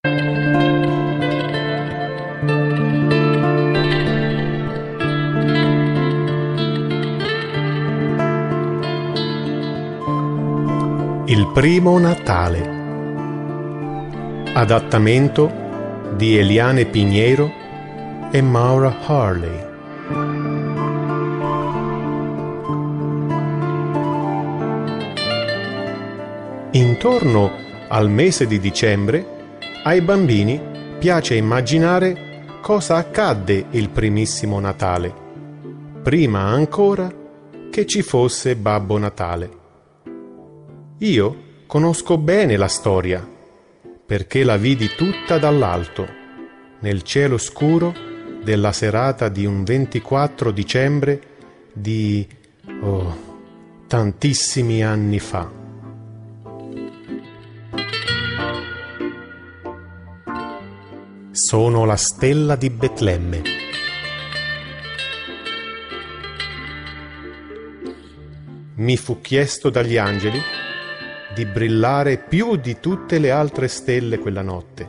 Il primo Natale. Adattamento di Eliane Piñeiro e Maura Harley. Intorno al mese di dicembre, ai bambini piace immaginare cosa accadde il primissimo Natale, prima ancora che ci fosse Babbo Natale. Io conosco bene la storia, perché la vidi tutta dall'alto, nel cielo scuro della serata di un 24 dicembre di tantissimi anni fa. Sono la stella di Betlemme. Mi fu chiesto dagli angeli di brillare più di tutte le altre stelle quella notte.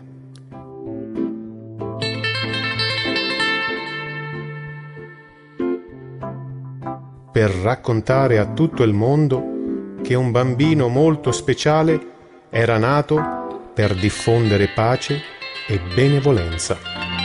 Per raccontare a tutto il mondo che un bambino molto speciale era nato per diffondere pace e benevolenza.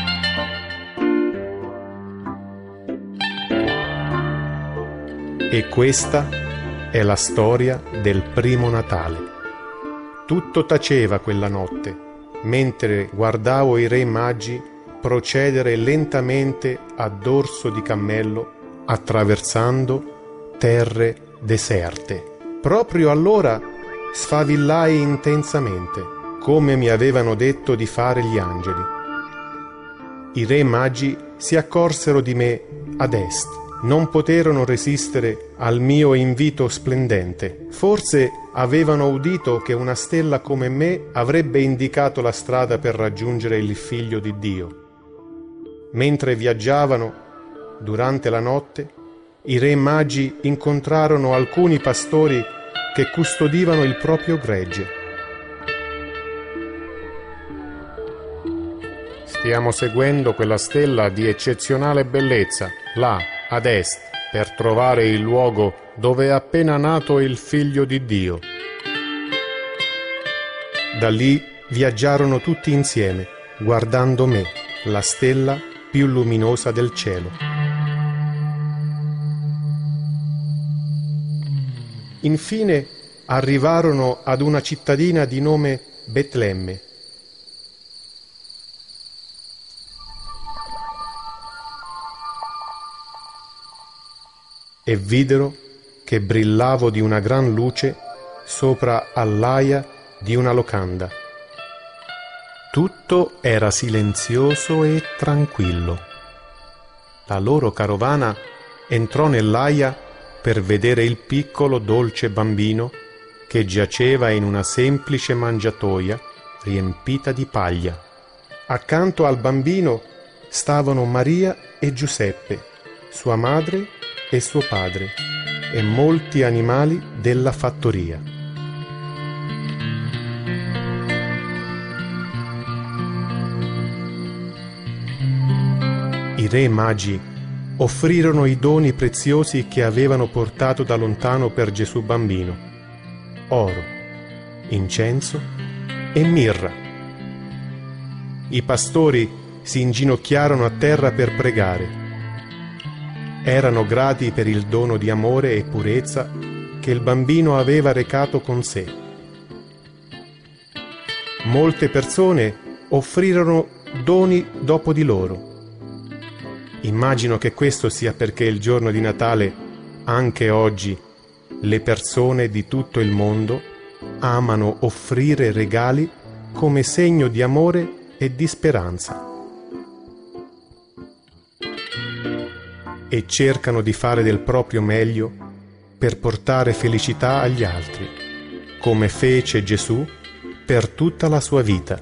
E questa è la storia del primo Natale. Tutto taceva quella notte, mentre guardavo i re magi procedere lentamente a dorso di cammello, attraversando terre deserte. Proprio allora sfavillai intensamente, come mi avevano detto di fare gli angeli. I re magi si accorsero di me ad est. Non poterono resistere al mio invito splendente. Forse avevano udito che una stella come me avrebbe indicato la strada per raggiungere il Figlio di Dio. Mentre viaggiavano, durante la notte, i re magi incontrarono alcuni pastori che custodivano il proprio gregge. Stiamo seguendo quella stella di eccezionale bellezza, là, ad est, per trovare il luogo dove è appena nato il Figlio di Dio. Da lì viaggiarono tutti insieme, guardando me, la stella più luminosa del cielo. Infine arrivarono ad una cittadina di nome Betlemme. E videro che brillavo di una gran luce sopra all'aia di una locanda. Tutto era silenzioso e tranquillo. La loro carovana entrò nell'aia per vedere il piccolo dolce bambino che giaceva in una semplice mangiatoia riempita di paglia. Accanto al bambino stavano Maria e Giuseppe, sua madre e suo padre, e molti animali della fattoria. I re magi offrirono i doni preziosi che avevano portato da lontano per Gesù bambino: oro, incenso e mirra. I pastori si inginocchiarono a terra per pregare. Erano grati per il dono di amore e purezza che il bambino aveva recato con sé. Molte persone offrirono doni dopo di loro. Immagino che questo sia perché il giorno di Natale, anche oggi, le persone di tutto il mondo amano offrire regali come segno di amore e di speranza. E cercano di fare del proprio meglio per portare felicità agli altri, come fece Gesù per tutta la sua vita.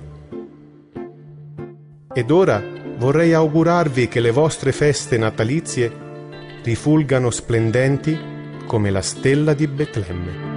Ed ora vorrei augurarvi che le vostre feste natalizie rifulgano splendenti come la stella di Betlemme.